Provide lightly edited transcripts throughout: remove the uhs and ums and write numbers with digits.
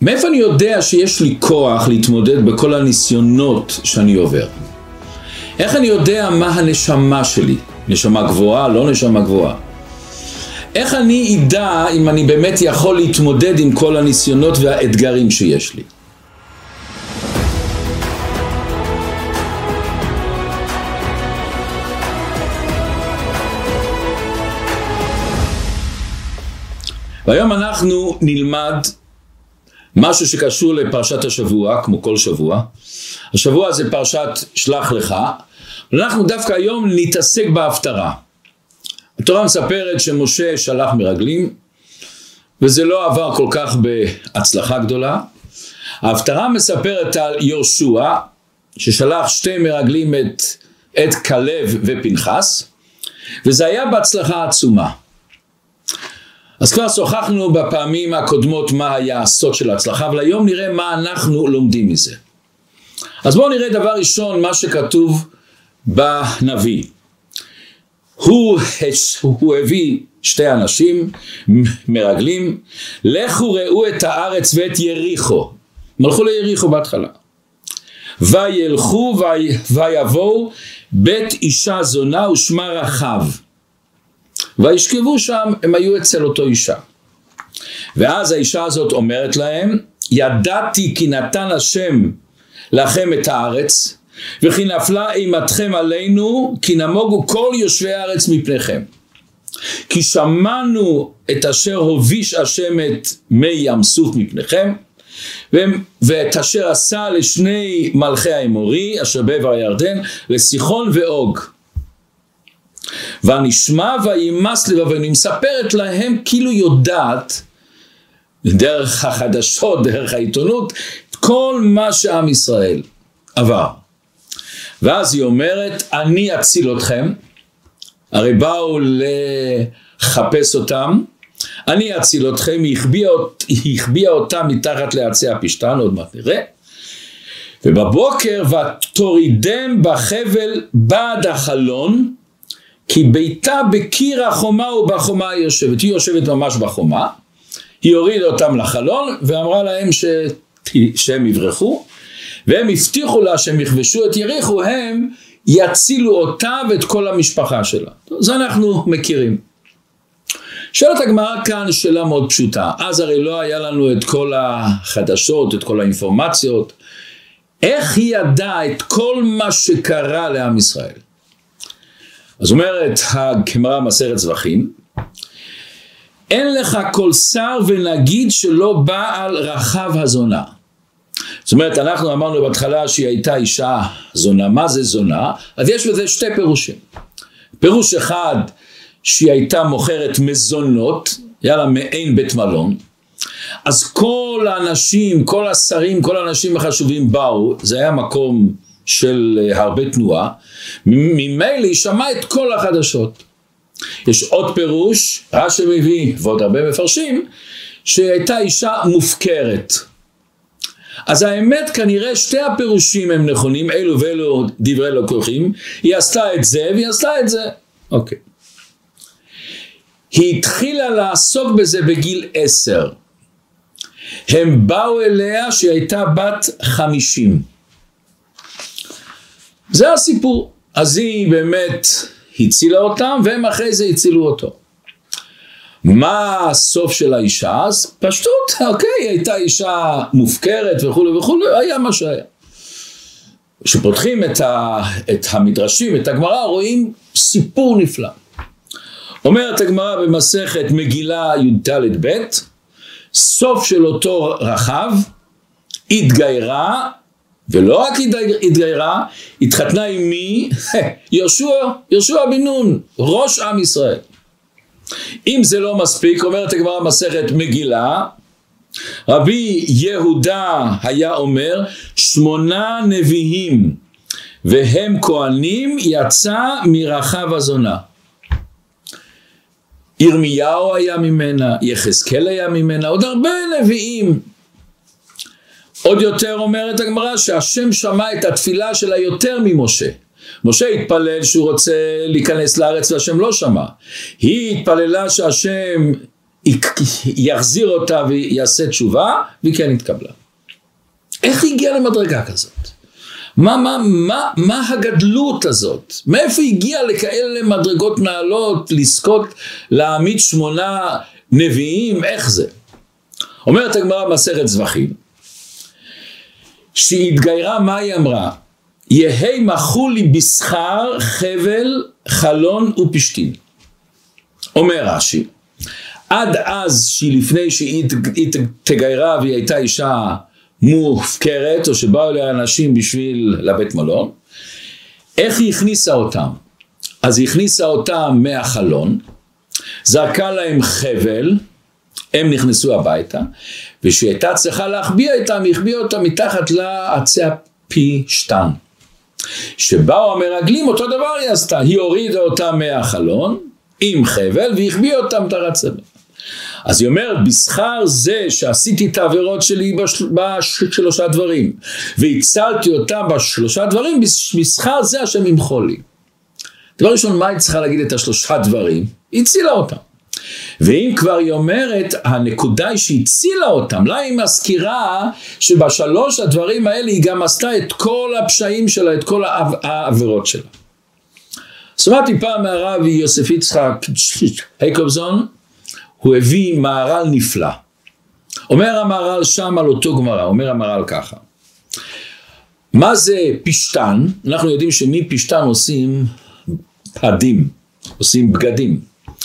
מאיפה אני יודע שיש לי כוח להתמודד בכל הניסיונות שאני עובר? איך אני יודע מה הנשמה שלי? נשמה גבוהה, לא נשמה גבוהה? איך אני אדע אם אני באמת יכול להתמודד עם כל הניסיונות והאתגרים שיש לי? והיום אנחנו נלמד משהו שקשור לפרשת השבוע, כמו כל שבוע. השבוע זה פרשת שלח לך. אנחנו דווקא היום נתעסק בהפטרה. התורה מספרת שמשה שלח מרגלים, וזה לא עבר כל כך בהצלחה גדולה. ההפטרה מספרת על יהושע, ששלח 2 מרגלים את כלב ופנחס, וזה היה בהצלחה עצומה. אז כבר שוחחנו בפעמים הקודמות מה היה הסוד של ההצלחה, אבל היום נראה מה אנחנו לומדים מזה. אז בואו נראה דבר ראשון מה שכתוב בנביא. הוא הביא 2 אנשים מרגלים, לכו ראו את הארץ ואת יריחו. הם הלכו ליריחו בהתחלה. וילכו ויבואו בית אישה זונה ושמה רחב. וישכבו שם, הם היו אצל אותו אישה. ואז האישה הזאת אומרת להם, ידעתי כי נתן השם לכם את הארץ, וכי נפלה אימתכם עלינו, כי נמוגו כל יושבי הארץ מפניכם. כי שמענו את אשר הוביש השם את מי ים סוף מפניכם, ואת אשר עשה לשני מלכי האמורי, אשר בעבר הירדן, לסיחון ואוג. ונשמע וימס לבבנו. היא מספרת להם כאילו יודעת, דרך החדשות, דרך העיתונות, כל מה שעם ישראל עבר. ואז היא אומרת, אני אציל אתכם, הרי באו לחפש אותם, אני אציל אתכם, היא החביאה אותם מתחת לעצי הפשתן, עוד מעט נראה, ובבוקר ותורידם בחבל בעד החלון, כי ביתה בקיר החומה ובחומה היא יושבת. היא יושבת ממש בחומה, היא הורידה אותם לחלון ואמרה להם שהם יברחו, והם הבטיחו לה שהם יכבשו את יריחו, הם יצילו אותה ואת כל המשפחה שלה. זה אנחנו מכירים. שואלת הגמרא כאן שאלה מאוד פשוטה. אז הרי לא היה לנו את כל החדשות, את כל האינפורמציות. איך היא ידעה את כל מה שקרה לעם ישראל? אז אומרת הגמרא מסכת זבחים, אין לך כל שר ונגיד שלא בעל רחב הזונה. זאת אומרת, אנחנו אמרנו בהתחלה שהיא הייתה אישה זונה. מה זה זונה? אז יש בזה 2 פירושים. פירוש אחד, שהיא הייתה מוכרת מזונות, היה לה מעין בית מלון. אז כל האנשים, כל השרים, כל האנשים החשובים באו, זה היה מקום של הרבה תנועה, ממילא היא שמעה את כל החדשות. יש עוד פירוש, רש"י מביא, ועוד הרבה מפרשים, שהייתה אישה מופקרת. אז האמת כנראה 2 הפירושים הם נכונים, אלו ואלו דברי לקוחים, היא עשתה את זה והיא עשתה את זה. אוקיי. היא התחילה לעסוק בזה בגיל 10. הם באו אליה שהיא הייתה בת 50. זה הסיפור. אז היא באמת הצילה אותם, והם אחרי זה הצילו אותו. מה הסוף של האישה? אז פשטות, אוקיי, היא הייתה אישה מופקרת וכו' וכו', היה מה שהיה. כשפותחים את המדרשים, את הגמרא, רואים סיפור נפלא. אומרת הגמרא במסכת מגילה י"ד ב', סוף של אותו רחב, התגיירה, ולא רק התגיירה, התחתנה עם מי? יהושע בן נון, ראש עם ישראל. אם זה לא מספיק, אומרת הגמרא מסכת מגילה, רבי יהודה היה אומר, 8 נביאים והם כהנים יצא מרחב הזונה. ירמיהו היה ממנה, יחזקאל היה ממנה, עוד הרבה נביאים. עוד יותר אומרת הגמרא שהשם שמע את התפילה שלה יותר ממשה. משה התפלל שהוא רוצה להיכנס לארץ והשם לא שמע. היא התפללה שהשם יחזיר אותה ויעשה תשובה, והיא כן התקבלה. איך היא הגיעה למדרגה כזאת? מה הגדלות הזאת? מאיפה הגיעה לכאלה מדרגות נעלות, לזכות להעמיד 8 נביאים? איך זה? אומרת הגמרא במסכת זבחים, שהיא התגיירה, מה היא אמרה? יהי מחו לי בשכר, חבל, חלון ופשתין. אומר רש"י, עד אז לפני שהיא תגיירה והיא הייתה אישה מופקרת, או שבאו אליה אנשים בשביל לבית מלון, איך היא הכניסה אותם? אז היא הכניסה אותם מהחלון, זרקה להם חבל, הם נכנסו הביתה, ושהייתה צריכה להחביע אותם, היא החביאה אותם מתחת לעצי הפשתן. שבאו המרגלים, אותו דבר היא עשתה, היא הורידה אותם מהחלון, עם חבל, והחביאה אותם תחת צבע. אז היא אומרת, בשכר זה שעשיתי את העבירות שלי בשלושה דברים, והצלתי אותם בשלושה דברים, בשכר זה השם ימחו לי. דבר ראשון, מה היא צריכה להגיד את השלושה דברים? היא הצילה אותם. ואם כבר היא אומרת, הנקודה היא שהצילה אותם, לה היא מזכירה שבשלוש הדברים האלה היא גם עשתה את כל הפשעים שלה, את כל העבירות שלה. שמעתי פעם מהרב יוסף יצחק הייקובזון, הוא הביא מהר"ל נפלא. אומר המהר"ל שם על אותו גמרא, אומר המהר"ל ככה, מה זה פשתן? אנחנו יודעים שמפשתן עושים בדים, עושים בגדים.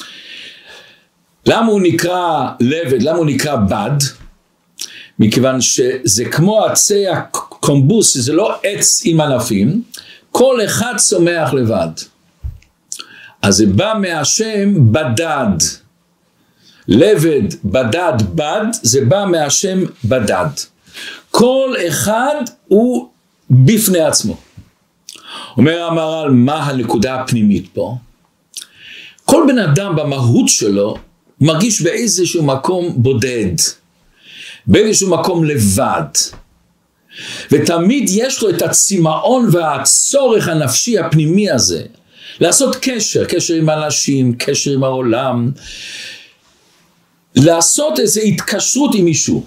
למה הוא נקרא לבד? למה הוא נקרא בד? מכיוון שזה כמו עצי הקומבוס, זה לא עץ עם ענפים, כל אחד צומח לבד. אז זה בא מהשם בדד. לבד, בדד, בד, זה בא מהשם בדד. כל אחד הוא בפני עצמו. אומר המהר"ל, מה הנקודה הפנימית פה? כל בן אדם במהות שלו מרגיש באיזשהו מקום בודד, באיזשהו מקום לבד. ותמיד יש לו את הצמאון והצורך הנפשי הפנימי הזה, לעשות קשר, קשר עם אנשים, קשר עם העולם, לעשות איזו התקשרות עם מישהו.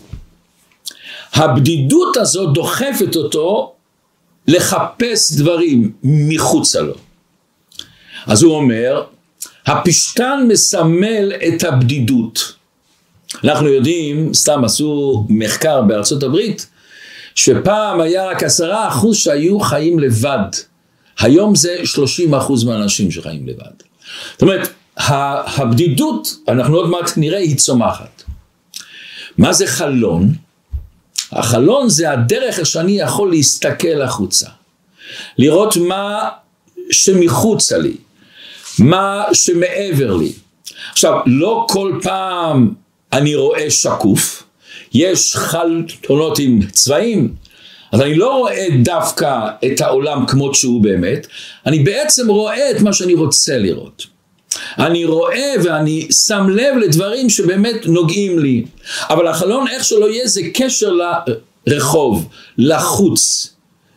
הבדידות הזאת דוחפת אותו לחפש דברים מחוצה לו. אז הוא אומר, הפשתן מסמל את הבדידות. אנחנו יודעים, סתם עשו מחקר בארצות הברית, שפעם היה רק 10% שהיו חיים לבד. היום זה 30% מהאנשים שחיים לבד. זאת אומרת, הבדידות, אנחנו עוד מעט נראה, היא צומחת. מה זה חלון? החלון זה הדרך שאני יכול להסתכל החוצה. לראות מה שמחוצה לי. מה שמעבר לי. עכשיו, לא כל פעם אני רואה שקוף. יש חלונות עם צבעים. אז אני לא רואה דווקא את העולם כמו שהוא באמת. אני בעצם רואה את מה שאני רוצה לראות. אני רואה ואני שם לב לדברים שבאמת נוגעים לי. אבל החלון איך שלא יהיה זה קשר לרחוב, לחוץ.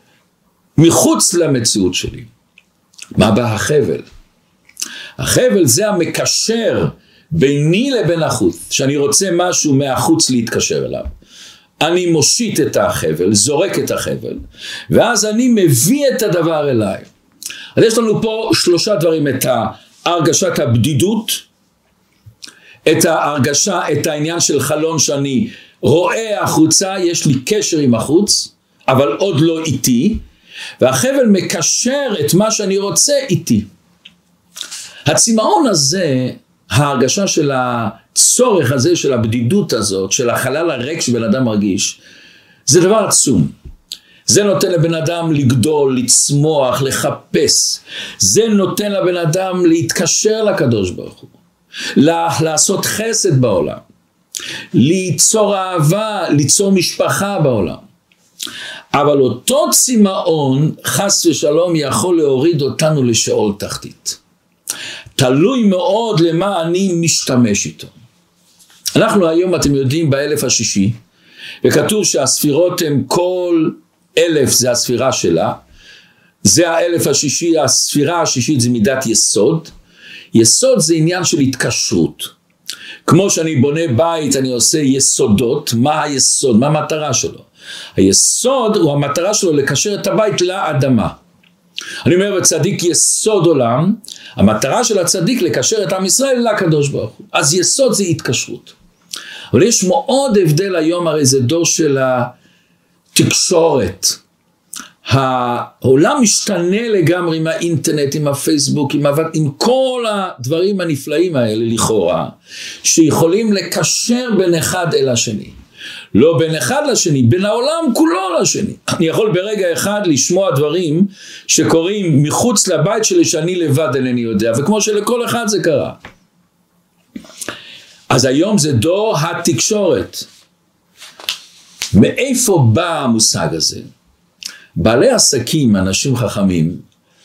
מחוץ למציאות שלי. מה בא החבל? החבל זה המקשר ביני לבין החוץ. שאני רוצה משהו מהחוץ להתקשר אליו. אני מושיט את החבל, זורק את החבל, ואז אני מביא את הדבר אליי. אז יש לנו פה 3 דברים, את הרגשת הבדידות, את ההרגשה, את העניין של חלון שאני רואה החוצה, יש לי קשר עם החוץ, אבל עוד לא איתי, והחבל מקשר את מה שאני רוצה איתי. הצמאון הזה, ההרגשה של הצורך הזה, של הבדידות הזאת, של החלל הריק שבן אדם מרגיש, זה דבר עצום. זה נותן לבן אדם לגדול, לצמוח, לחפש. זה נותן לבן אדם להתקשר לקדוש ברוך הוא. לעשות חסד בעולם. ליצור אהבה, ליצור משפחה בעולם. אבל אותו צמאון, חס ושלום, יכול להוריד אותנו לשאול תחתית. תלוי מאוד למה אני משתמש איתו. אנחנו היום, אתם יודעים, באלף השישי, וכתוב שהספירות הם כל 1000 זה הספירה שלה, זה האלף השישי, הספירה השישית זה מידת יסוד, יסוד זה עניין של התקשרות. כמו שאני בונה בית, אני עושה יסודות. מה היסוד? מה המטרה שלו? היסוד הוא המטרה שלו לקשר את הבית לאדמה. אני אומר בצדיק יסוד עולם, המטרה של הצדיק לקשר את עם ישראל לקדוש ברוך הוא. אז יסוד זה התקשרות. אבל יש מאוד הבדל היום, הרי זה דור של התקשורת. העולם משתנה לגמרי עם האינטרנט, עם הפייסבוק, עם כל הדברים הנפלאים האלה לכאורה, שיכולים לקשר בין אחד אל השני. לא בין אחד לשני, בין העולם כולו לשני. אני יכול ברגע אחד לשמוע דברים שקורים מחוץ לבית שלי שאני לבד אינני יודע, וכמו שלכל אחד זה קרה. אז היום זה דור התקשורת. מאיפה בא המושג הזה? בעלי עסקים, אנשים חכמים,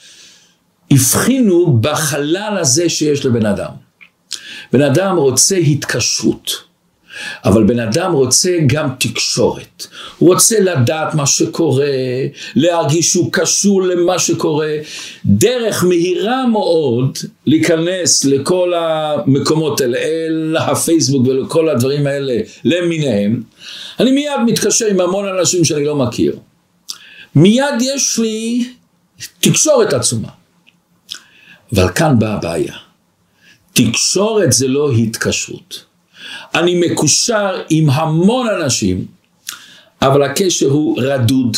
הבחינו בחלל הזה שיש לבן אדם. בן אדם רוצה התקשרות, אבל בן אדם רוצה גם תקשורת. הוא רוצה לדעת מה שקורה, להרגיש שהוא קשור למה שקורה. דרך מהירה מאוד להיכנס לכל המקומות האלה, אל הפייסבוק ולכל הדברים האלה למיניהם. אני מיד מתקשר עם המון אנשים שאני לא מכיר. מיד יש לי תקשורת עצומה. אבל כאן באה הבעיה. תקשורת זה לא התקשרות. אני מקושר עם המון אנשים, אבל הקשר הוא רדוד,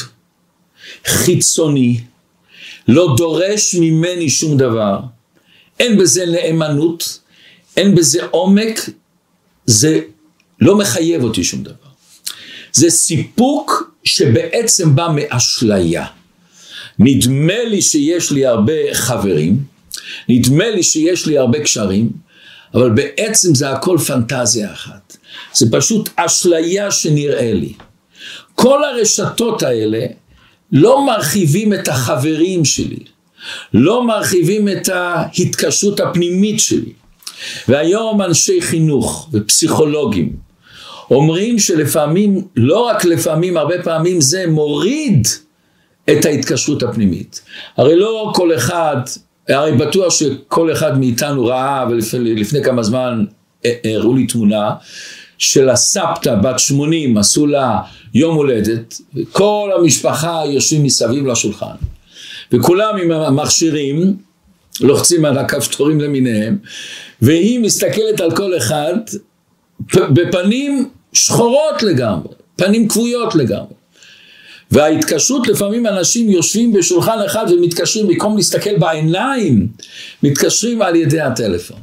חיצוני, לא דורש ממני שום דבר. אין בזה נאמנות, אין בזה עומק, זה לא מחייב אותי שום דבר. זה סיפוק שבעצם בא מאשליה. נדמה לי שיש לי הרבה חברים, נדמה לי שיש לי הרבה קשרים, אבל בעצם זה הכל פנטזיה אחת. זה פשוט אשליה שנראה לי. כל הרשתות האלה לא מרחיבים את החברים שלי, לא מרחיבים את ההתקשרות הפנימית שלי. והיום אנשי חינוך ופסיכולוגים אומרים שלפעמים, לא רק לפעמים, הרבה פעמים זה מוריד את ההתקשרות הפנימית. הרי לא כל אחד, הרי בטוח שכל אחד מאיתנו ראה, ולפני כמה זמן הראו לי תמונה, של הסבתא בת 80, עשו לה יום הולדת, וכל המשפחה יושבים מסביב לשולחן. וכולם עם המכשירים, לוחצים על הכפתורים למיניהם, והיא מסתכלת על כל אחד, בפנים שחורות לגמרי, פנים כבויות לגמרי. וההתקשרות, לפעמים אנשים יושבים בשולחן אחד ומתקשרים, במקום להסתכל בעיניים, מתקשרים על ידי הטלפון.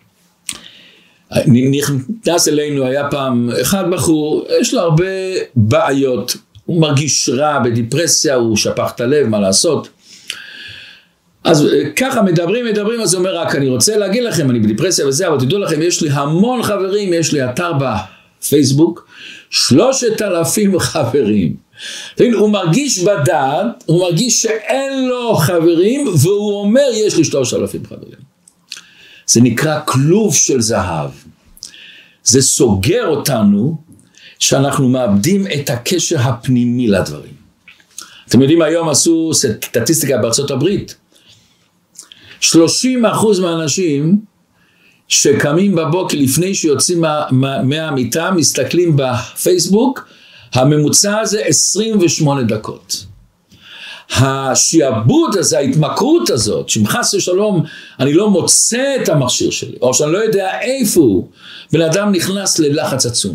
נכנס אלינו, היה פעם אחד בחור, יש לו הרבה בעיות, הוא מרגיש רע, בדיפרסיה, הוא שפך את הלב, מה לעשות? אז ככה מדברים, אז הוא אומר, רק אני רוצה להגיד לכם, אני בדיפרסיה וזה, אבל תדעו לכם, יש לי המון חברים, יש לי אתר בפייסבוק, 3,000 חברים. הוא מרגיש בדעת, הוא מרגיש שאין לו חברים, והוא אומר, יש לי 3,000 חברים. זה נקרא כלוב של זהב. זה סוגר אותנו, שאנחנו מאבדים את הקשר הפנימי לדברים. אתם יודעים, היום עשו סטטיסטיקה בארצות הברית, 30% מהאנשים שקמים בבוקר לפני שיוצאים מהמיטה, מסתכלים בפייסבוק, הממוצע הזה 28 דקות. השיעבוד הזה, ההתמכרות הזאת, שמחס ושלום, אני לא מוצא את המכשיר שלי, או שאני לא יודע איפה הוא, בן אדם נכנס ללחץ עצום.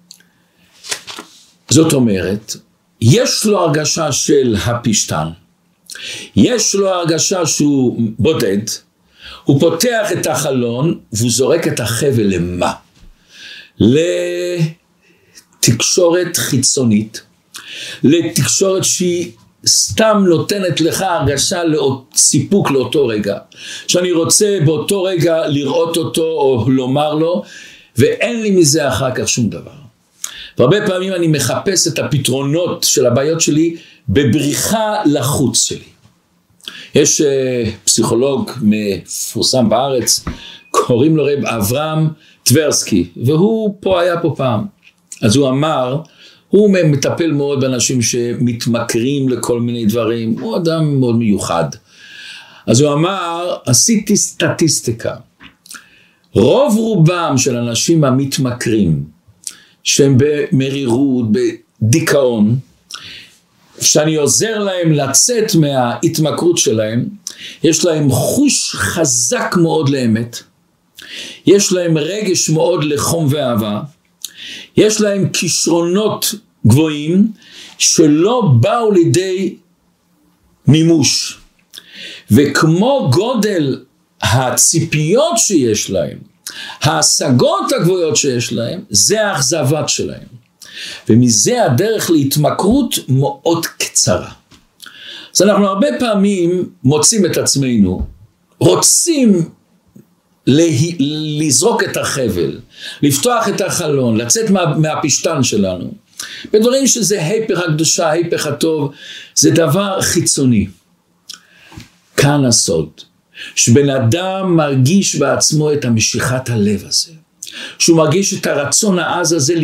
זאת אומרת, יש לו הרגשה של הפשטן, יש לו הרגשה שהוא בודד, הוא פותח את החלון, והוא זורק את החבל למה? לתקשורת חיצונית, לתקשורת שהיא סתם נותנת לך הרגשה סיפוק לאותו רגע, שאני רוצה באותו רגע לראות אותו או לומר לו, ואין לי מזה אחר כך שום דבר. והרבה פעמים אני מחפש את הפתרונות של הבעיות שלי בבריחה לחוץ שלי. יש פסיכולוג מפורסם בארץ, קוראים לו רב אברהם טברסקי, והוא היה פה פעם. אז הוא אמר, הוא מטפל מאוד באנשים שמתמכרים לכל מיני דברים, הוא אדם מאוד מיוחד. אז הוא אמר, עשיתי סטטיסטיקה. רוב רובם של אנשים המתמכרים, שהם במרירות, בדיכאון, שאני עוזר להם לצאת מההתמכרות שלהם, יש להם חוש חזק מאוד לאמת, יש להם רגש מאוד לחום ואהבה, יש להם כישרונות גבוהים שלא באו לידי מימוש. וכמו גודל הציפיות שיש להם, ההשגות הגבוהות שיש להם, זה האכזבת שלהם. ומזה הדרך להתמכרות מאוד קצרה. אז אנחנו הרבה פעמים מוצאים את עצמנו, רוצים לזרוק את החבל, לפתוח את החלון, לצאת מהפשטן שלנו, בדברים שזה היפך הקדושה, היפך הטוב, זה דבר חיצוני. כאן הסוד, שבן אדם מרגיש בעצמו את המשיכת הלב הזה, שהוא מרגיש את הרצון העז הזה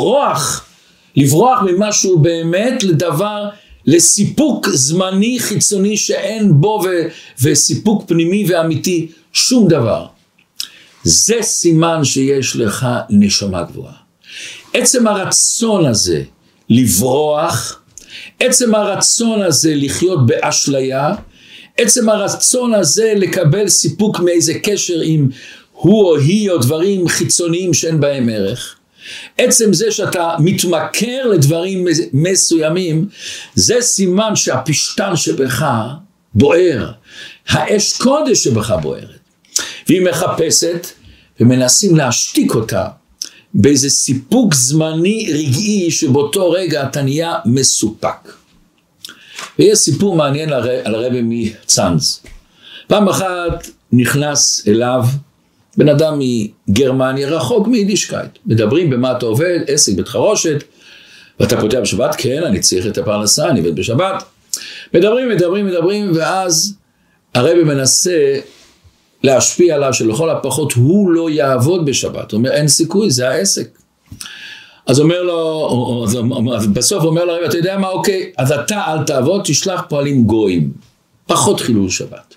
לברוח ממשהו באמת לדבר, לסיפוק זמני חיצוני שאין בו וסיפוק פנימי ואמיתי, שום דבר. זה סימן שיש לך נשמה גבוהה. עצם הרצון הזה לברוח, עצם הרצון הזה לחיות באשליה, עצם הרצון הזה לקבל סיפוק מאיזה קשר עם הוא או היא או דברים חיצוניים שאין בהם ערך, עצם זה שאתה מתמכר לדברים מסוימים, זה סימן שהפשטן שבך בוער, האש קודש שבך בוערת, והיא מחפשת ומנסים להשתיק אותה באיזה סיפוק זמני רגעי שבאותו רגע אתה נהיה מסופק. ויש סיפור מעניין על הרבי מצאנז. פעם אחת נכנס אליו בן אדם מגרמניה, רחוק מיידישקייט. מדברים במה אתה עובד, עסק בית חרושת, ואתה פותח בשבת, כן, אני צריך את הפרנסה, אני עובד בשבת. מדברים, ואז הרבי מנסה להשפיע עליו שלכל הפחות הוא לא יעבוד בשבת. הוא אומר, אין סיכוי, זה העסק. אז אומר לו, בסוף אומר לרבי, אתה יודע מה, אוקיי, אז אתה אל תעבוד, תשלח פועלים גויים, פחות חילול שבת.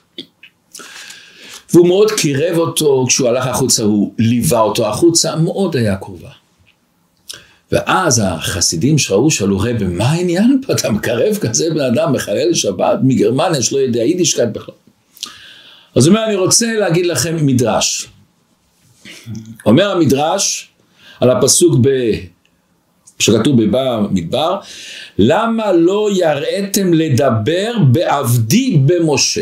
והוא מאוד קירב אותו, כשהוא הלך החוצה, הוא ליווה אותו החוצה, מאוד היה קרובה. ואז החסידים שראו, שאלו רבי, מה העניין פה? אתה מקרב כזה בן אדם מחלל שבת, מגרמניה שלא יודע יידישקייט בכלל. אז הוא אומר, אני רוצה להגיד לכם מדרש. אומר המדרש, על הפסוק שכתוב במדבר, למה לא יראיתם לדבר בעבדי במשה?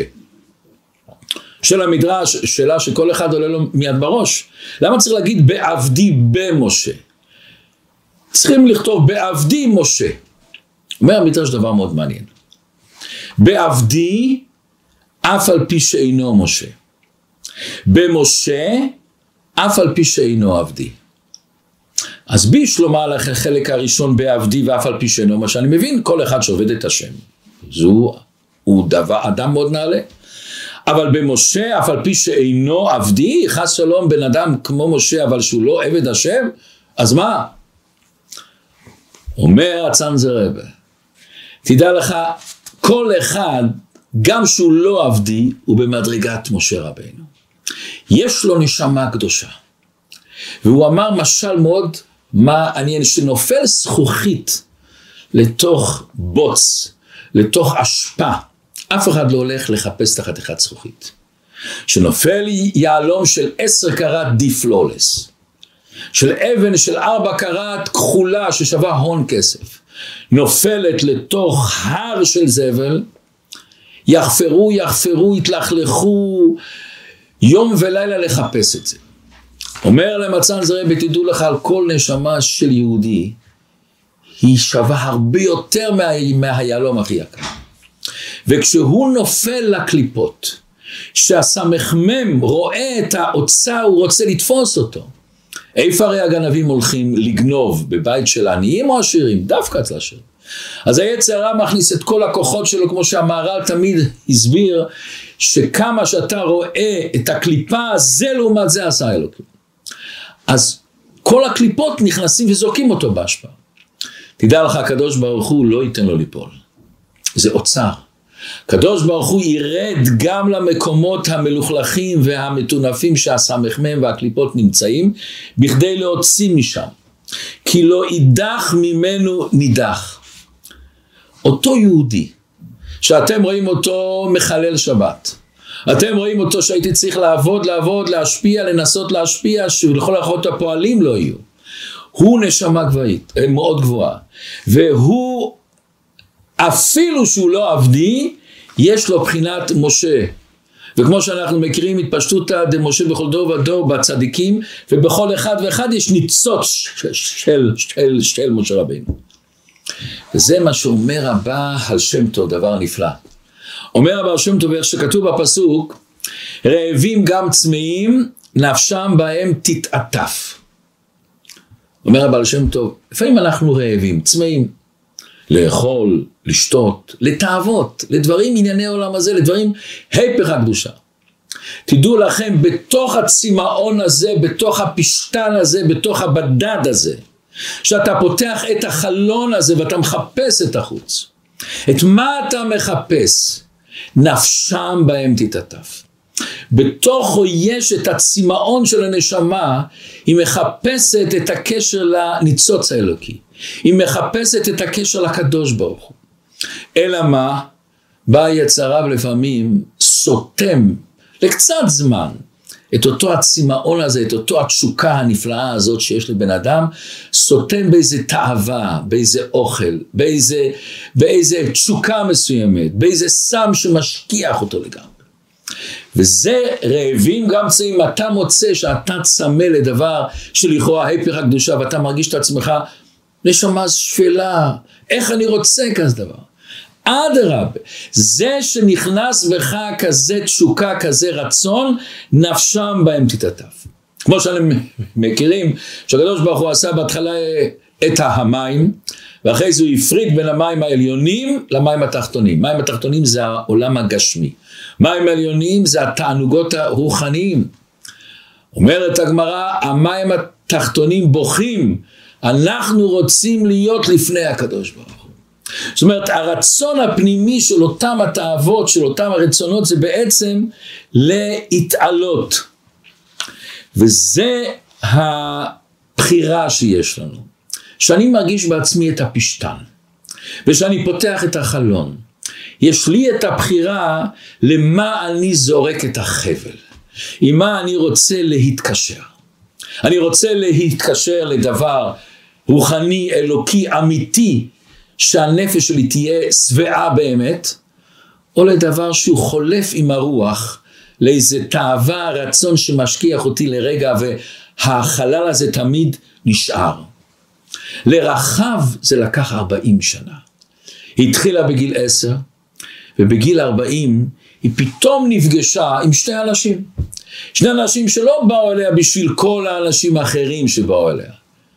של המדרש, שאלה שכל אחד עולה לו מיד בראש. למה צריך להגיד בעבדי במשה? צריכים לכתוב בעבדי משה. אומר המדרש דבר מאוד מעניין. בעבדי אף על פי שאינו משה. במשה אף על פי שאינו עבדי. אז בישלמה על החלק הראשון בעבדי ואף על פי שאינו משה. אני מבין כל אחד שעובד את השם. הוא אדם מאוד נעלה. אבל במשה, אף על פי שאינו עבדי, חס שלום בן אדם כמו משה, אבל שהוא לא עבד השם, אז מה? אומר הצאנז רבי, תדע לך, כל אחד, גם שהוא לא עבדי, הוא במדרגת משה רבינו. יש לו נשמה קדושה. והוא אמר משל מאוד מעניין, שנופל זכוכית לתוך בוץ, לתוך אשפה, אף אחד לא הולך לחפש תחת אחד זכוכית. שנופל יעלום של 10 קראט דיפלולס, של אבן של 4 קראט כחולה ששווה הון כסף, נופלת לתוך הר של זבל, יחפרו, יתלכלכו, יום ולילה לחפש את זה. אומר למצאנז רבי, תדעו לך, על כל נשמה של יהודי, היא שווה הרבה יותר מהיעלום הכי יקר. וכשהוא נופל לקליפות, שהסמ"ם רואה את האוצר, הוא רוצה לתפוס אותו. איפה הרי הגנבים הולכים לגנוב? בבית של עניים או עשירים? דווקא אצל עשירים. אז היצר הרע מכניס את כל הכוחות שלו, כמו שהמהר"ל תמיד הסביר, שכמה שאתה רואה את הקליפה, זה לעומת זה עשה אלוקים. אז כל הקליפות נכנסים וזוקים אותו בהשפעה. תדע לך, הקדוש ברוך הוא לא ייתן לו ליפול. זה אוצר. הקדוש ברוך הוא ירד גם למקומות המלוכלכים והמטונפים שהסמ"ם והקליפות נמצאים, בכדי להוציא משם. כי לא יידח ממנו נידח. אותו יהודי, שאתם רואים אותו מחלל שבת, אתם רואים אותו שהייתי צריך לעבוד, להשפיע, לנסות להשפיע, שלכל הלכות הפועלים לא יהיו. הוא נשמה גבוהית, מאוד גבוהה. והוא, אפילו שהוא לא עבדי, יש לו בחינת משה. וכמו שאנחנו מכירים, התפשטותא דמשה בכל דור ודור בצדיקים, ובכל אחד ואחד יש ניצוץ של משה רבינו. וזה מה שאומר הבא על שם טוב, דבר נפלא. אומר הבא על שם טוב, איך שכתוב בפסוק, רעבים גם צמאים, נפשם בהם תתעטף. אומר הבא על שם טוב, לפעמים אנחנו רעבים, צמאים, לאכול, לשתות, לתאוות, לדברים ענייני עולם הזה, לדברים היפך הקדושה. תדעו לכם, בתוך הצמאון הזה, בתוך הפשטן הזה, בתוך הבדד הזה, שאתה פותח את החלון הזה ואתה מחפש את החוץ. את מה אתה מחפש? נפשם בהם תתעטף. בתוכו יש את הצמאון של הנשמה, היא מחפשת את הקשר לניצוץ האלוקי. היא מחפשת את הקשר לקדוש ברוך הוא. אלא מה? בא יצריו לפעמים סותם לקצת זמן את אותו הצמאון הזה, את אותו התשוקה הנפלאה הזאת שיש לבן אדם, סותם באיזה תאווה, באיזה אוכל, באיזה תשוקה מסוימת, באיזה סם שמשכיח אותו לגמרי. וזה רעבים גם צמאים. אתה מוצא שאתה צמא לדבר שלכאורה היפך הקדושה, ואתה מרגיש את עצמך נשמה שפלה, איך אני רוצה כזה דבר? אדרבה, זה שנכנס בך כזה תשוקה, כזה רצון, נפשם בהם תתעטף. כמו שאתם מכירים, שהקדוש ברוך הוא עשה בהתחלה את המים, ואחרי זה הוא הפריד בין המים העליונים למים התחתונים. מים התחתונים זה העולם הגשמי. מים העליונים זה התענוגות הרוחניים. אומרת הגמרא, המים התחתונים בוכים, אנחנו רוצים להיות לפני הקדוש ברוך הוא. זאת אומרת, הרצון הפנימי של אותם התאוות, של אותם הרצונות, זה בעצם להתעלות. וזה הבחירה שיש לנו. שאני מרגיש בעצמי את הפשטן, ושאני פותח את החלון. יש לי את הבחירה למה אני זורק את החבל. עם מה אני רוצה להתקשר. אני רוצה להתקשר לדבר רוחני, אלוקי, אמיתי, שהנפש שלי תהיה שבעה באמת, או לדבר שהוא חולף עם הרוח, לאיזה תאווה, רצון שמשכיח אותי לרגע, והחלל הזה תמיד נשאר. לרחב זה לקח 40 שנה. היא התחילה בגיל 10, ובגיל 40 היא פתאום נפגשה עם שני אנשים. שני אנשים שלא באו אליה בשביל כל האנשים האחרים שבאו אליה.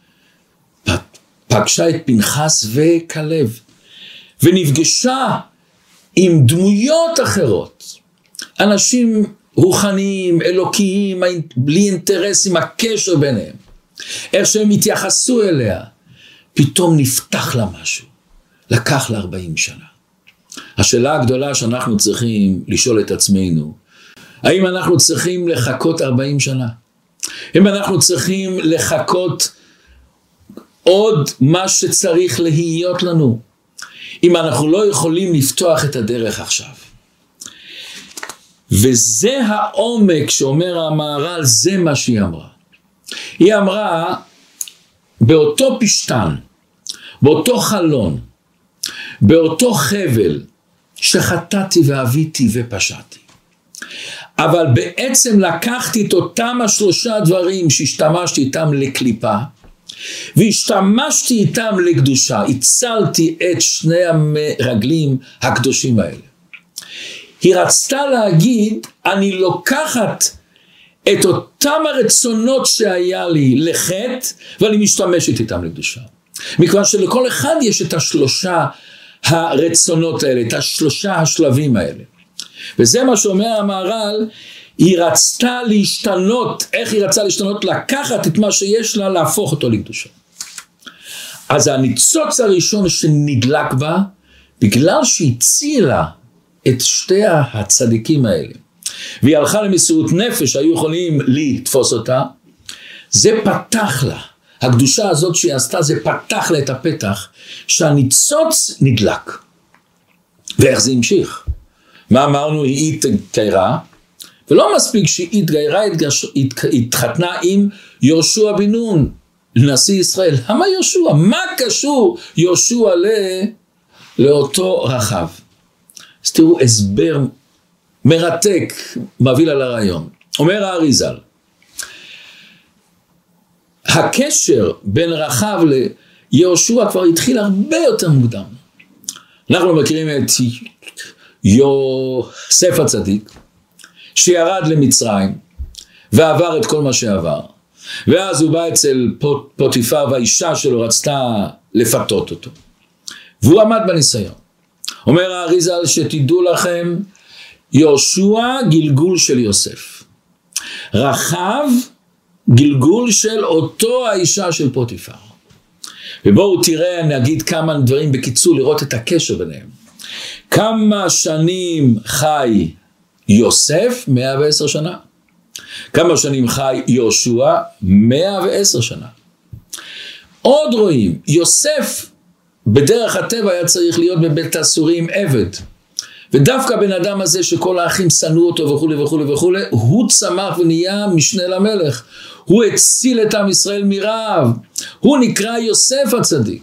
פגשה את פנחס וכלב, ונפגשה עם דמויות אחרות. אנשים רוחניים, אלוקיים, בלי אינטרסים, הקשר ביניהם. איך שהם התייחסו אליה. פתאום נפתח לה משהו. לקח לה 40 שנה. השאלה הגדולה שאנחנו צריכים לשאול את עצמנו, האם אנחנו צריכים לחכות 40 שנה? האם אנחנו צריכים לחכות עוד מה שצריך להיות לנו? אם אנחנו לא יכולים לפתוח את הדרך עכשיו. וזה העומק שאומר המהר"ל, זה מה שהיא אמרה. היא אמרה, באותו פשטן, באותו חלון, באותו חבל, שחטאתי ואביתי ופשעתי. אבל בעצם לקחתי את אותם 3 דברים שהשתמשתי איתם לקליפה, והשתמשתי איתם לקדושה, הצלתי את 2 הרגלים הקדושים האלה. היא רצתה להגיד, אני לוקחת את אותם הרצונות שהיה לי לחטא, ואני משתמשת איתם לקדושה. מכיוון שלכל אחד יש את 3 הרצונות האלה, את 3 השלבים האלה. וזה מה שאומר המהר"ל, היא רצתה להשתנות. איך היא רצתה להשתנות? לקחת את מה שיש לה, להפוך אותו לקדושה. אז הניצוץ הראשון שנדלק בה, בגלל שהצילה את שתי הצדיקים האלה, והיא הלכה למסירות נפש, היו יכולים לתפוס אותה, זה פתח לה, הקדושה הזאת שהיא עשתה, זה פתח לה את הפתח, שהניצוץ נדלק. ואיך זה המשיך? מה אמרנו? היא התגיירה, ולא מספיק שהיא התגיירה, התחתנה עם יהושע בן נון, נשיא ישראל. למה יהושע? מה קשור יהושע לאותו רחב? אז תראו, הסבר מרתק, מביא על הרעיון. אומר האריזל, הקשר בין רחב ליהושע כבר התחיל הרבה יותר מוקדם. אנחנו מכירים את יוסף הצדיק, שירד למצרים, ועבר את כל מה שעבר. ואז הוא בא אצל פוטיפר, והאישה שלו רצתה לפתות אותו. והוא עמד בניסיון. אומר האריזל, שתדעו לכם, יהושע גלגול של יוסף. רחב גלגול של אותו האישה של פוטיפר. ובואו תראה, נגיד כמה דברים בקיצור, לראות את הקשר ביניהם. כמה שנים חי יוסף? 110 שנה. כמה שנים חי יהושע? 110 שנה. עוד רואים, יוסף בדרך הטבע היה צריך להיות בבית האסורים עבד. ודווקא בן אדם הזה שכל האחים שנאו אותו וכו' וכו' וכו', הוא צמח ונהיה משנה למלך. הוא הציל את עם ישראל מרעב. הוא נקרא יוסף הצדיק.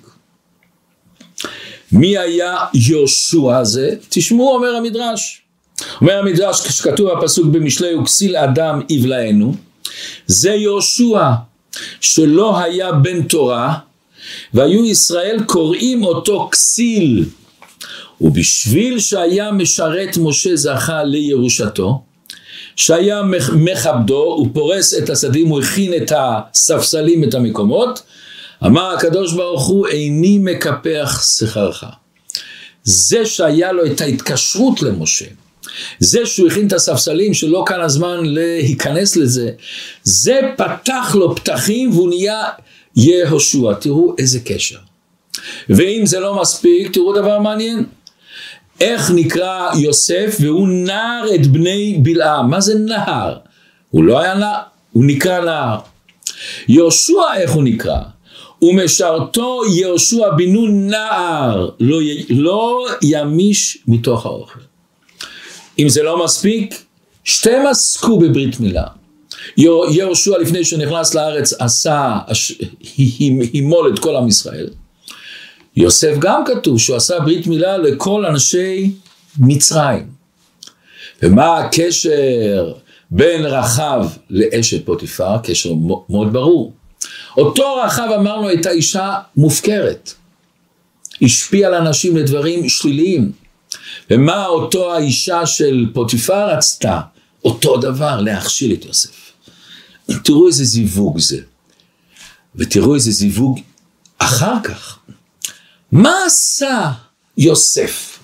מי היה יהושע הזה? תשמעו, אומר המדרש. אומר המדרש, כשכתוב הפסוק במשלי, וכסיל אדם יבלענו, זה יהושע שלא היה בן תורה, והיו ישראל קוראים אותו כסיל. ובשביל שהיה משרת משה זכה לירושתו, שהיה מכבדו, הוא פורס את השדים, הוא הכין את הספסלים, את המקומות, אמר הקדוש ברוך הוא, איני מקפח שכרך. זה שהיה לו את ההתקשרות למשה, זה שהוא הכין את הספסלים, שלא כאן הזמן להיכנס לזה, זה פתח לו פתחים והוא נהיה יהושע. תראו איזה קשר. ואם זה לא מספיק, תראו דבר מעניין. איך נקרא יוסף? והוא נער את בני בלעם. מה זה נער? הוא לא היה נער, הוא נקרא נער. יהושע איך הוא נקרא? ומשרתו יהושע בן נון נער, לא ימיש מתוך האוכל. אם זה לא מספיק, שתיהם עסקו בברית מילה. יהושע לפני שנכנס לארץ עשה, הימול את כל עם ישראל. יוסף גם כתוב שהוא עשה ברית מילה לכל אנשי מצרים. ומה הקשר בין רחב לאשת פוטיפר? קשר מאוד ברור. אותו רחב אמרנו הייתה אישה מופקרת. השפיע על אנשים לדברים שליליים. ומה אותו האישה של פוטיפר רצתה? אותו דבר, להכשיל את יוסף. תראו איזה זיווג זה. ותראו איזה זיווג אחר כך. מה עשה יוסף?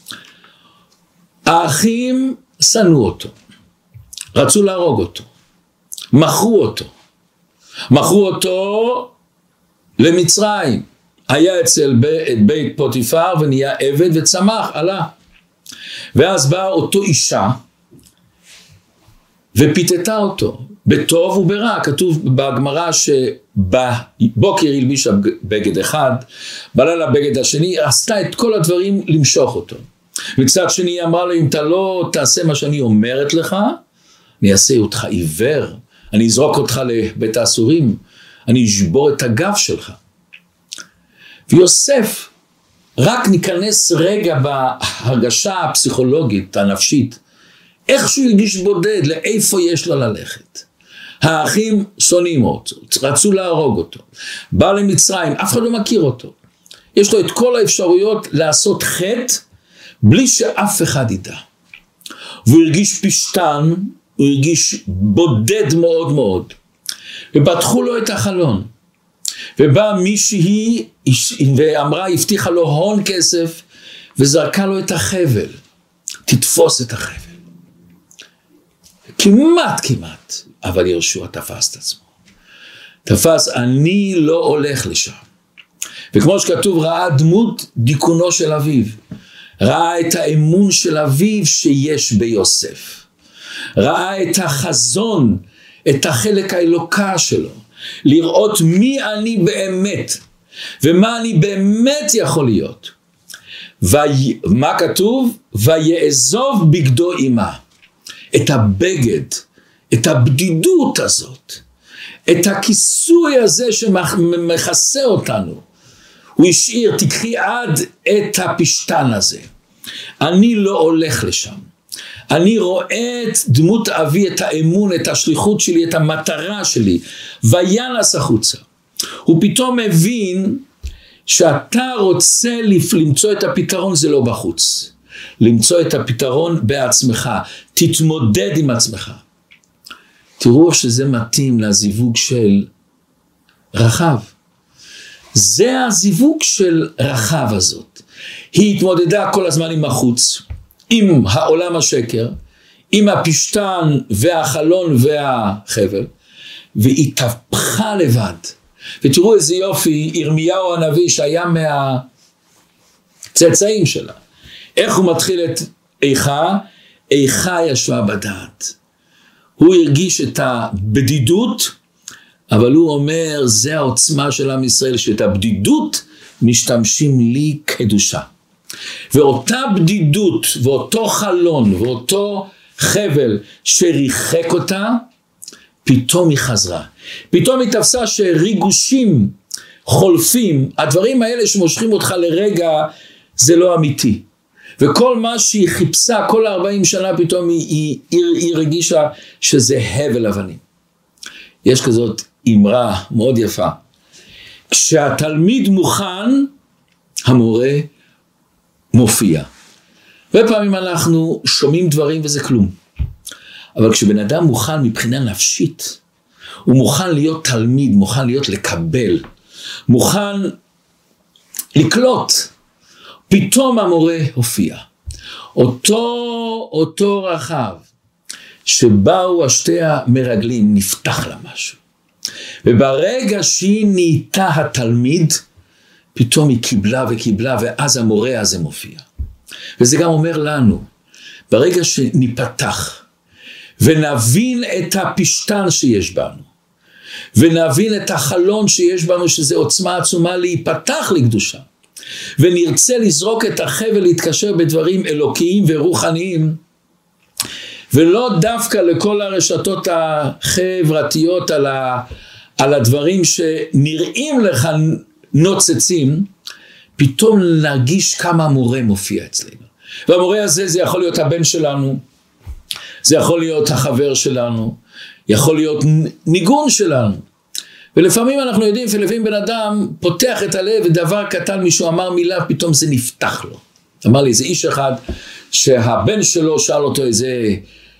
האחים שנאו אותו. רצו להרוג אותו. מכרו אותו למצרים. היה אצל בית פוטיפר ונהיה עבד וצמח, עלה. ואז באה אותו אישה ופיתתה אותו, בטוב וברע. כתוב בגמרא שבבוקר הלבישה בגד אחד, בלילה בגד השני, עשתה את כל הדברים למשוך אותו. מצד שני אמרה לו, אם אתה לא תעשה מה שאני אומרת לך, אני אעשה אותך עיוור, אני אזרוק אותך לבית האסורים, אני אשבור את הגב שלך. ויוסף, רק ניכנס רגע בהרגשה הפסיכולוגית, הנפשית, איך שהוא הרגיש בודד, לאיפה יש לו ללכת. האחים שונאים אותו, רצו להרוג אותו, בא למצרים, אף אחד לא מכיר אותו. יש לו את כל האפשרויות לעשות חטא, בלי שאף אחד ידע. והוא הרגיש פשטן, הוא הרגיש בודד מאוד מאוד. ופתחו לו את החלון. ובאה מישהי ואמרה, הבטיחה לו הון כסף, וזרקה לו את החבל. תתפוס את החבל. כמעט, אבל יהושע תפס את עצמו. תפס, אני לא הולך לשם. וכמו שכתוב, ראה דמות דיכאונו של אביו. ראה את האמון של אביו שיש ביוסף, ראה את החזון, את החלק האלוקה שלו, לראות מי אני באמת, ומה אני באמת יכול להיות. מה כתוב? ויעזוב בגדו עמה. את הבגד, את הבדידות הזאת, את הכיסוי הזה שמכסה אותנו, הוא השאיר, תקחי עד את הפשטן הזה. אני לא הולך לשם. אני רואה את דמות אבי, את האמון, את השליחות שלי, את המטרה שלי, וינס החוצה. הוא פתאום מבין שאתה רוצה למצוא את הפתרון, זה לא בחוץ. למצוא את הפתרון בעצמך. תתמודד עם עצמך. תראו שזה מתאים לזיווג של רחב. זה הזיווג של רחב הזאת. היא התמודדה כל הזמן עם החוץ, עם העולם השקר, עם הפשטן והחלון והחבל, והיא תפחה לבד. ותראו איזה יופי, ירמיהו הנביא שהיה מהצאצאים שלה. איך הוא מתחיל את איכה? איכה ישבה בדעת. הוא הרגיש את הבדידות, אבל הוא אומר, זה העוצמה של עם ישראל, שאת הבדידות משתמשים לי קדושה. ואותה בדידות, ואותו חלון, ואותו חבל שריחק אותה, פתאום היא חזרה. פתאום היא תפסה שריגושים חולפים, הדברים האלה שמושכים אותך לרגע, זה לא אמיתי. וכל מה שהיא חיפשה, כל 40 שנה פתאום היא רגישה שזה הבל אבנים. יש כזאת אמרה מאוד יפה. כשהתלמיד מוכן, המורה מופיע. ופעמים אנחנו שומעים דברים וזה כלום. אבל כשבן אדם מוכן מבחינה נפשית, הוא מוכן להיות תלמיד, מוכן להיות לקבל, מוכן לקלוט, פתאום המורה הופיע. אותו רחב, שבאו השתי המרגלים, נפתח לה משהו. וברגע שהיא נהייתה התלמיד, פתאום היא קיבלה וקיבלה, ואז המורה הזה מופיע. וזה גם אומר לנו, ברגע שניפתח, ונבין את הפשטן שיש בנו, ונבין את החלון שיש בנו, שזה עוצמה עצומה להיפתח לקדושה, ונרצה לזרוק את החבל, להתקשר בדברים אלוקיים ורוחניים, ולא דווקא לכל הרשתות החברתיות על הדברים שנראים לך נוצצים, פתאום נרגיש כמה המורה מופיע אצלנו. והמורה הזה זה יכול להיות הבן שלנו, זה יכול להיות החבר שלנו, יכול להיות ניגון שלנו. ולפעמים אנחנו יודעים, לפעמים בן אדם פותח את הלב, ודבר קטן מישהו אמר מילה, פתאום זה נפתח לו. אמר לי איזה איש אחד, שהבן שלו שאל אותו איזה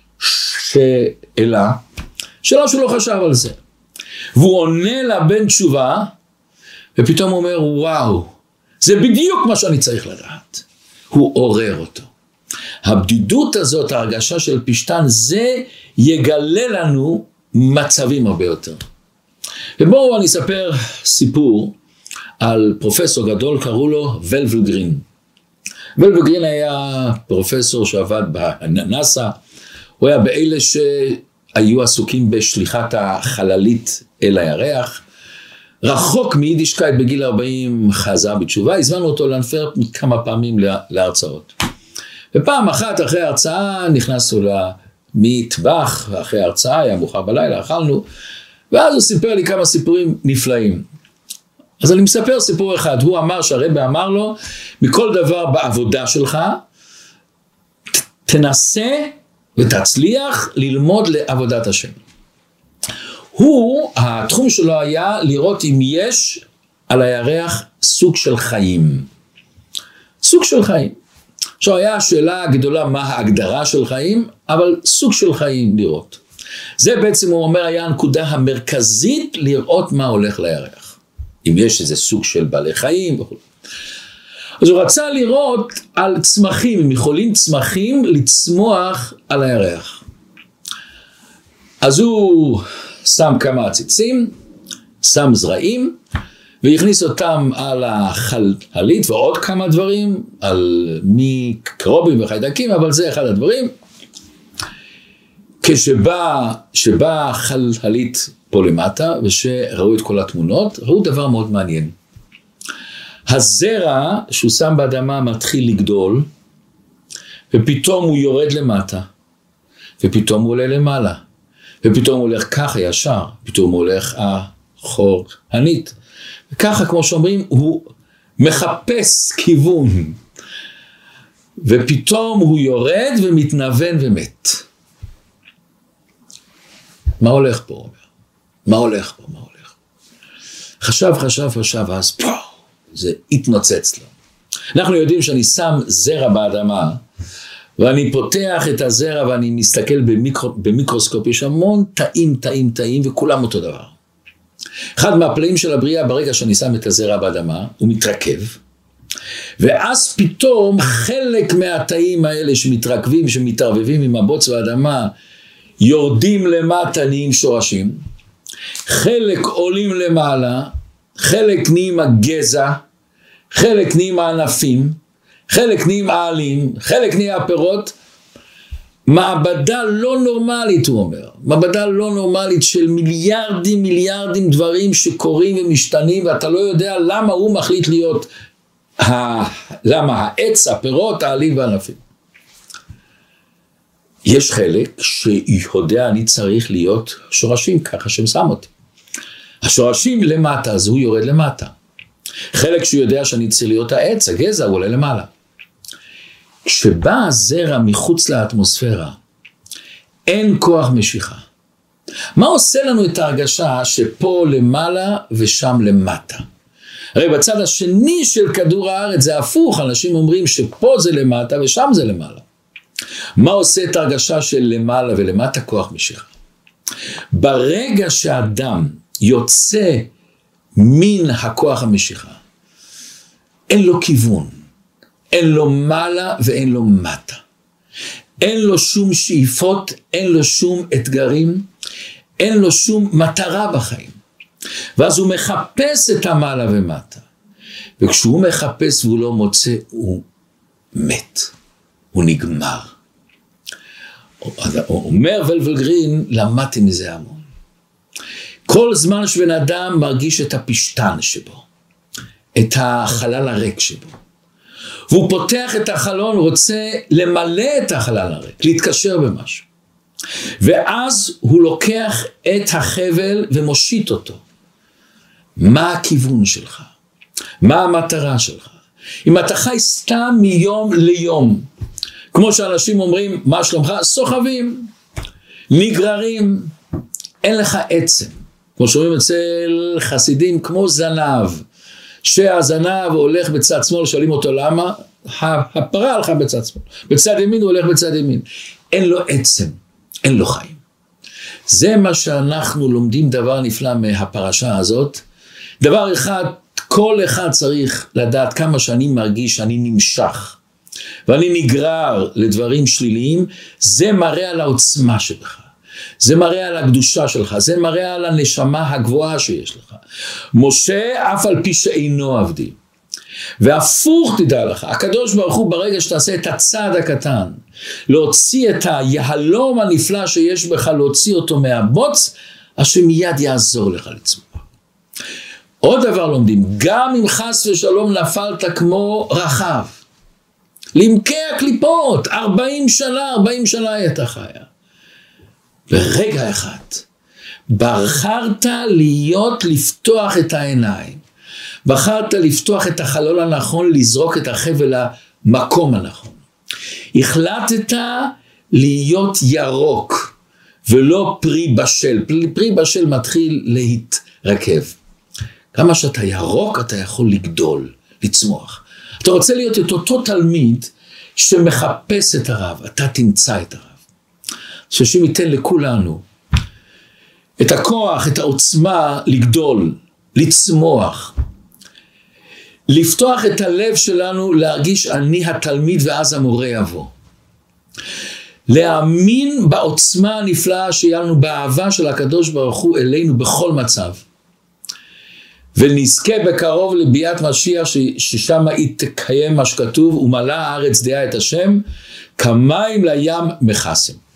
שאלה שהוא לא חשב על זה. והוא עונה לבן תשובה, ופתאום הוא אומר, וואו, זה בדיוק מה שאני צריך לדעת. הוא עורר אותו. הבדידות הזאת, ההרגשה של פשטן, זה יגלה לנו מצבים הרבה יותר. ובואו אני אספר סיפור על פרופסור גדול, קראו לו ולבל גרין. ולבל גרין היה פרופסור שעבד בנאסא, הוא היה באלה שהיו עסוקים בשליחת החללית אל הירח, רחוק מיידישקייט, בגיל 40 חזר בתשובה, הזמנו אותו לאנפרפ כמה פעמים להרצאות. ופעם אחת אחרי ההרצאה נכנסנו למטבח, ואחרי ההרצאה היה מאוחר בלילה, אכלנו, ואז הוא סיפר לי כמה סיפורים נפלאים. אז אני מספר סיפור אחד, הוא אמר שהרבא אמר לו, מכל דבר בעבודה שלך, תנסה ותצליח ללמוד לעבודת השם. התחום שלו היה לראות אם יש על הירח סוג של חיים. סוג של חיים. עכשיו היה השאלה הגדולה מה ההגדרה של חיים, אבל סוג של חיים לראות. זה בעצם הוא אומר היה הנקודה המרכזית לראות מה הולך לירח. אם יש איזה סוג של בעלי חיים וכו'. אז הוא רצה לראות על צמחים, אם יכולים צמחים לצמוח על הירח. אז הוא שם כמה עציצים, שם זרעים, והכניס אותם על החללית ועוד כמה דברים, על מיקרובים וחיידקים, אבל זה אחד הדברים. כשבא החללית פה למטה, ושראו את כל התמונות, ראו דבר מאוד מעניין. הזרע שהוא שם באדמה מתחיל לגדול, ופתאום הוא יורד למטה, ופתאום הוא עולה למעלה, ופתאום הוא הולך ככה ישר, פתאום הוא הולך אחורנית. וככה, כמו שאומרים, הוא מחפש כיוון, ופתאום הוא יורד ומתנוון ומת. מה הולך פה? מה הולך פה? מה הולך? חשב, אז זה התנוצץ לו. אנחנו יודעים שאני שם זרע באדמה, ואני פותח את הזרע ואני מסתכל במיקרוסקופ, יש המון תאים, וכולם אותו דבר. אחד מהפלאים של הבריאה, ברגע שאני שם את הזרע באדמה, הוא מתרכב, ואז פתאום חלק מהתאים האלה שמתרכבים, שמתערבבים עם הבוץ והאדמה, יורדים למטה, נהיים שורשים, חלק עולים למעלה, חלק נהיים הגזע, חלק נהיים הענפים, חלק נהיים העלים, חלק נהיים הפירות. מעבדה לא נורמלית, הוא אומר, מעבדה לא נורמלית של מיליארדים דברים שקורים ומשתנים, ואתה לא יודע למה הוא מחליט להיות, למה העץ, הפירות, העלים והענפים. יש חלק שיודע אני צריך להיות שורשים, ככה שהם שם אותי. השורשים למטה, אז הוא יורד למטה. חלק שיודע שאני צריך להיות העץ, הגזע, הוא עולה למעלה. כשבא הזרע מחוץ לאטמוספירה, אין כוח משיכה. מה עושה לנו את ההרגשה שפה למעלה ושם למטה? הרי בצד השני של כדור הארץ זה הפוך, אנשים אומרים שפה זה למטה ושם זה למעלה. מה עושה את ההרגשה של למעלה ולמטה? כוח משיכה. ברגע שאדם יוצא מן הכוח המשיכה, אין לו כיוון, אין לו מעלה ואין לו מטה. אין לו שום שאיפות, אין לו שום אתגרים, אין לו שום מטרה בחיים. ואז הוא מחפש את המעלה ומטה. וכשהוא מחפש והוא לא מוצא, הוא מת. הוא נגמר. אומר ולוולגרין, למדתי מזה המון. כל זמן שבן אדם מרגיש את הפשטן שבו, את החלל הריק שבו, והוא פותח את החלון, רוצה למלא את החלל הריק, להתקשר במשהו. ואז הוא לוקח את החבל ומושיט אותו. מה הכיוון שלך? מה המטרה שלך? אם אתה חי סתם מיום ליום, כמו שאנשים אומרים, מה שלומך? סוחבים, נגררים, אין לך עצם. כמו שאומרים אצל חסידים, כמו זנב, שהזנב הולך בצד שמאל, שואלים אותו למה? הפרה הלכה בצד שמאל, בצד ימין הוא הולך בצד ימין. אין לו עצם, אין לו חיים. זה מה שאנחנו לומדים דבר נפלא מהפרשה הזאת. דבר אחד, כל אחד צריך לדעת כמה שאני מרגיש שאני נמשך, ואני נגרר לדברים שליליים, זה מראה על העוצמה שלך. זה מראה על הקדושה שלך, זה מראה על הנשמה הגבוהה שיש לך. משה אף על פי שאינו עבדי. והפוך תדע לך, הקדוש ברוך הוא ברגע שתעשה את הצעד הקטן, להוציא את היהלום הנפלא שיש בך, להוציא אותו מהבוץ, השם מיד יעזור לך לצמוח. עוד דבר לומדים, גם אם חס ושלום נפלת כמו רחב, למקי הקליפות, 40 שנה הייתה חיה. ברגע אחד, בחרת לפתוח את העיניים, בחרת לפתוח את החלון הנכון, לזרוק את החבל למקום הנכון. החלטת להיות ירוק, ולא פרי בשל. פרי בשל מתחיל להתרכב. כמה שאתה ירוק, אתה יכול לגדול, לצמוח. אתה רוצה להיות את אותו תלמיד שמחפש את הרב, אתה תמצא את הרב. שהשם ייתן לכולנו את הכוח, את העוצמה לגדול, לצמוח, לפתוח את הלב שלנו, להרגיש אני התלמיד ואז המורה יבוא. להאמין בעוצמה הנפלאה שיהיה לנו, באהבה של הקדוש ברוך הוא אלינו בכל מצב. ונזכה בקרוב לביאת משיח ששם היא תקיים מה שכתוב, ומלאה הארץ דעה את השם, כמים לים מכסם.